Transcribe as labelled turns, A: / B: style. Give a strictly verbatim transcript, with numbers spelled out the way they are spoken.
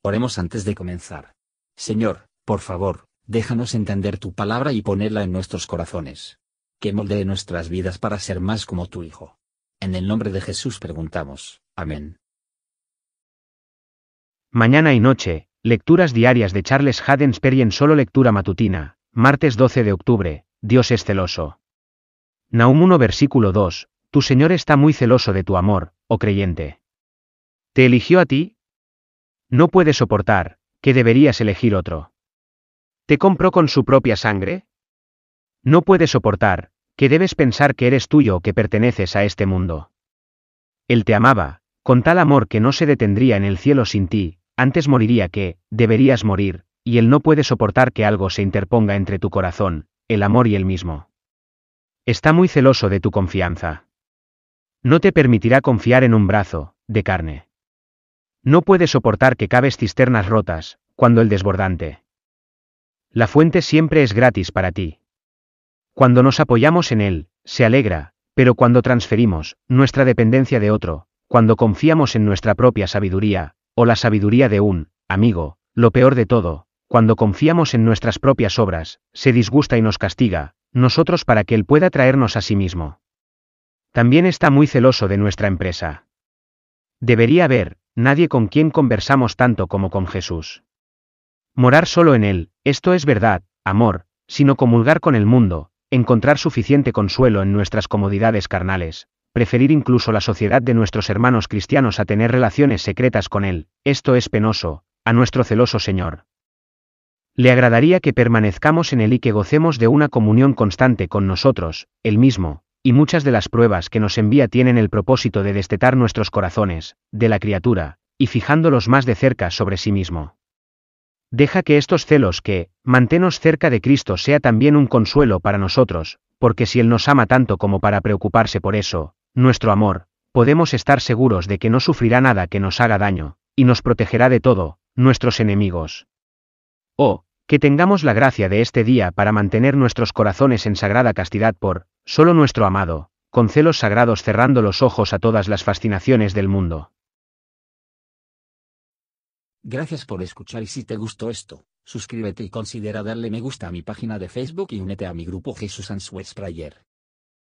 A: Oremos antes de comenzar. Señor, por favor, déjanos entender tu palabra y ponerla en nuestros corazones. Que moldee nuestras vidas para ser más como tu Hijo. En el nombre de Jesús preguntamos. Amén.
B: Mañana y noche, lecturas diarias de Charles Haddon Spurgeon. Solo lectura matutina, martes doce de octubre, Dios es celoso. Nahum uno versículo dos, tu Señor está muy celoso de tu amor, oh creyente. ¿Te eligió a ti? No puede soportar, que deberías elegir otro. ¿Te compró con su propia sangre? No puede soportar, que debes pensar que eres tuyo o que perteneces a este mundo. Él te amaba, con tal amor que no se detendría en el cielo sin ti, antes moriría que, deberías morir, y él no puede soportar que algo se interponga entre tu corazón, el amor y él mismo. Está muy celoso de tu confianza. No te permitirá confiar en un brazo, de carne. No puede soportar que cabes cisternas rotas, cuando el desbordante. La fuente siempre es gratis para ti. Cuando nos apoyamos en él, se alegra, pero cuando transferimos nuestra dependencia de otro, cuando confiamos en nuestra propia sabiduría, o la sabiduría de un amigo, lo peor de todo, cuando confiamos en nuestras propias obras, se disgusta y nos castiga, nosotros para que él pueda traernos a sí mismo. También está muy celoso de nuestra empresa. Debería haber nadie con quien conversamos tanto como con Jesús. Morar solo en él, esto es verdad, amor, sino comulgar con el mundo, encontrar suficiente consuelo en nuestras comodidades carnales, preferir incluso la sociedad de nuestros hermanos cristianos a tener relaciones secretas con él, esto es penoso, a nuestro celoso Señor. Le agradaría que permanezcamos en él y que gocemos de una comunión constante con nosotros, él mismo, y muchas de las pruebas que nos envía tienen el propósito de destetar nuestros corazones, de la criatura, y fijándolos más de cerca sobre sí mismo. Deja que estos celos que, manténos cerca de Cristo sea también un consuelo para nosotros, porque si Él nos ama tanto como para preocuparse por eso, nuestro amor, podemos estar seguros de que no sufrirá nada que nos haga daño, y nos protegerá de todo, nuestros enemigos. Oh, que tengamos la gracia de este día para mantener nuestros corazones en sagrada castidad por, solo nuestro amado, con celos sagrados cerrando los ojos a todas las fascinaciones del mundo.
A: Gracias por escuchar y si te gustó esto, suscríbete y considera darle me gusta a mi página de Facebook y únete a mi grupo Jesús Answers Prayer.